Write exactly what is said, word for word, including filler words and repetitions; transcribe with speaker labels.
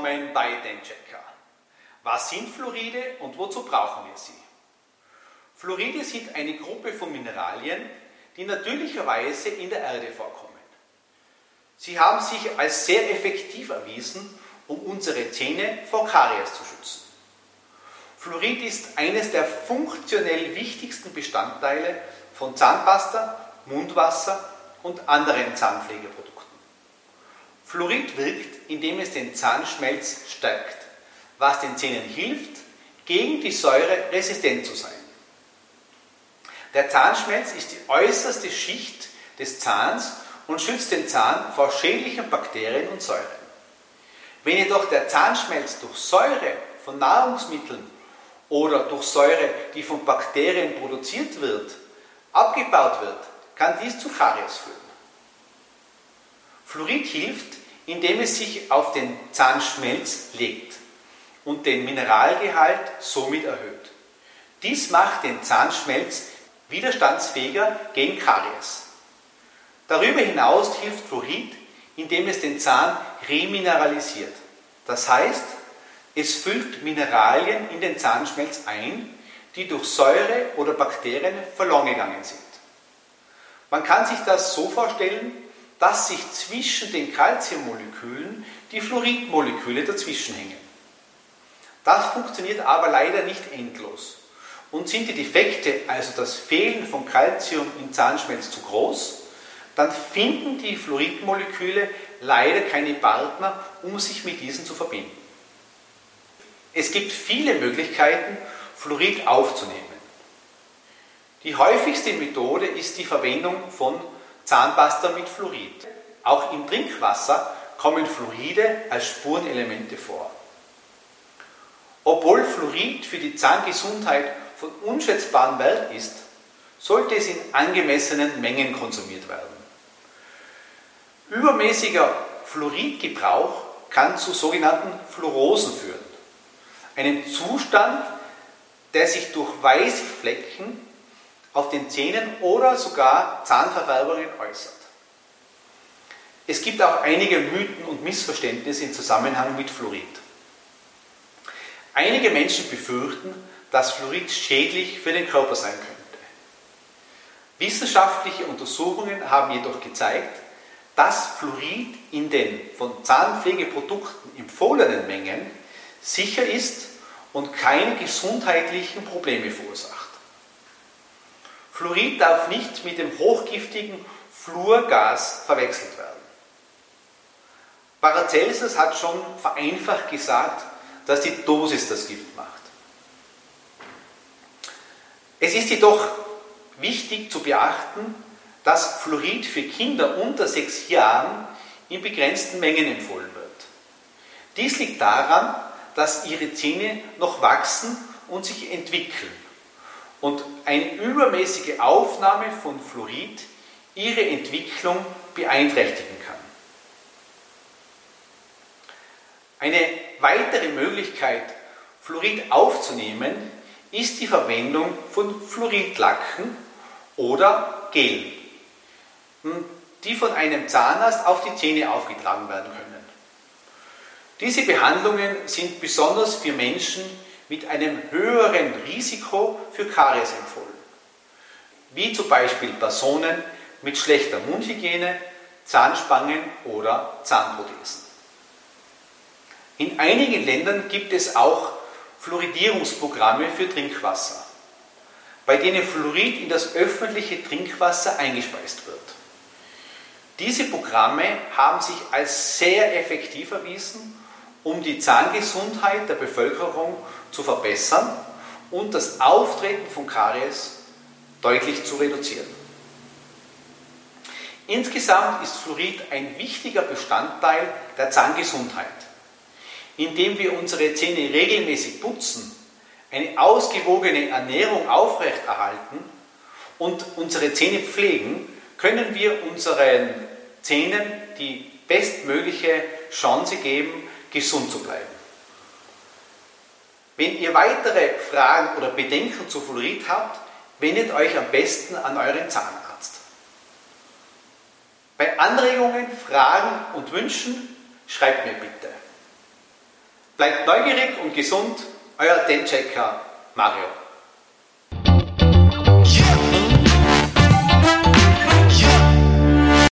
Speaker 1: willkommen bei DenChecker. Was sind Fluoride und wozu brauchen wir sie? Fluoride sind eine Gruppe von Mineralien, die natürlicherweise in der Erde vorkommen. Sie haben sich als sehr effektiv erwiesen, um unsere Zähne vor Karies zu schützen. Fluorid ist eines der funktionell wichtigsten Bestandteile von Zahnpasta, Mundwasser und anderen Zahnpflegeprodukten. Fluorid wirkt, indem es den Zahnschmelz stärkt, was den Zähnen hilft, gegen die Säure resistent zu sein. Der Zahnschmelz ist die äußerste Schicht des Zahns und schützt den Zahn vor schädlichen Bakterien und Säuren. Wenn jedoch der Zahnschmelz durch Säure von Nahrungsmitteln oder durch Säure, die von Bakterien produziert wird, abgebaut wird, kann dies zu Karies führen. Fluorid hilft, indem es sich auf den Zahnschmelz legt und den Mineralgehalt somit erhöht. Dies macht den Zahnschmelz widerstandsfähiger gegen Karies. Darüber hinaus hilft Fluorid, indem es den Zahn remineralisiert. Das heißt, es füllt Mineralien in den Zahnschmelz ein, die durch Säure oder Bakterien verloren gegangen sind. Man kann sich das so vorstellen, dass sich zwischen den Calciummolekülen die Fluoridmoleküle dazwischen hängen. Das funktioniert aber leider nicht endlos. Und sind die Defekte, also das Fehlen von Calcium im Zahnschmelz, zu groß, dann finden die Fluoridmoleküle leider keine Partner, um sich mit diesen zu verbinden. Es gibt viele Möglichkeiten, Fluorid aufzunehmen. Die häufigste Methode ist die Verwendung von Zahnpasta mit Fluorid. Auch im Trinkwasser kommen Fluoride als Spurenelemente vor. Obwohl Fluorid für die Zahngesundheit von unschätzbarem Wert ist, sollte es in angemessenen Mengen konsumiert werden. Übermäßiger Fluoridgebrauch kann zu sogenannten Fluorosen führen, einem Zustand, der sich durch weiße Flecken auf den Zähnen oder sogar Zahnverfärbungen äußert. Es gibt auch einige Mythen und Missverständnisse im Zusammenhang mit Fluorid. Einige Menschen befürchten, dass Fluorid schädlich für den Körper sein könnte. Wissenschaftliche Untersuchungen haben jedoch gezeigt, dass Fluorid in den von Zahnpflegeprodukten empfohlenen Mengen sicher ist und keine gesundheitlichen Probleme verursacht. Fluorid darf nicht mit dem hochgiftigen Fluorgas verwechselt werden. Paracelsus hat schon vereinfacht gesagt, dass die Dosis das Gift macht. Es ist jedoch wichtig zu beachten, dass Fluorid für Kinder unter sechs Jahren in begrenzten Mengen empfohlen wird. Dies liegt daran, dass ihre Zähne noch wachsen und sich entwickeln und eine übermäßige Aufnahme von Fluorid ihre Entwicklung beeinträchtigen kann. Eine weitere Möglichkeit, Fluorid aufzunehmen, ist die Verwendung von Fluoridlacken oder Gel, die von einem Zahnarzt auf die Zähne aufgetragen werden können. Diese Behandlungen sind besonders für Menschen mit einem höheren Risiko für Karies empfohlen, wie zum Beispiel Personen mit schlechter Mundhygiene, Zahnspangen oder Zahnprothesen. In einigen Ländern gibt es auch Fluoridierungsprogramme für Trinkwasser, bei denen Fluorid in das öffentliche Trinkwasser eingespeist wird. Diese Programme haben sich als sehr effektiv erwiesen, um die Zahngesundheit der Bevölkerung zu verbessern und das Auftreten von Karies deutlich zu reduzieren. Insgesamt ist Fluorid ein wichtiger Bestandteil der Zahngesundheit. Indem wir unsere Zähne regelmäßig putzen, eine ausgewogene Ernährung aufrechterhalten und unsere Zähne pflegen, können wir unseren Zähnen die bestmögliche Chance geben, gesund zu bleiben. Wenn ihr weitere Fragen oder Bedenken zu Fluorid habt, wendet euch am besten an euren Zahnarzt. Bei Anregungen, Fragen und Wünschen schreibt mir bitte. Bleibt neugierig und gesund, euer Dentchecker Mario.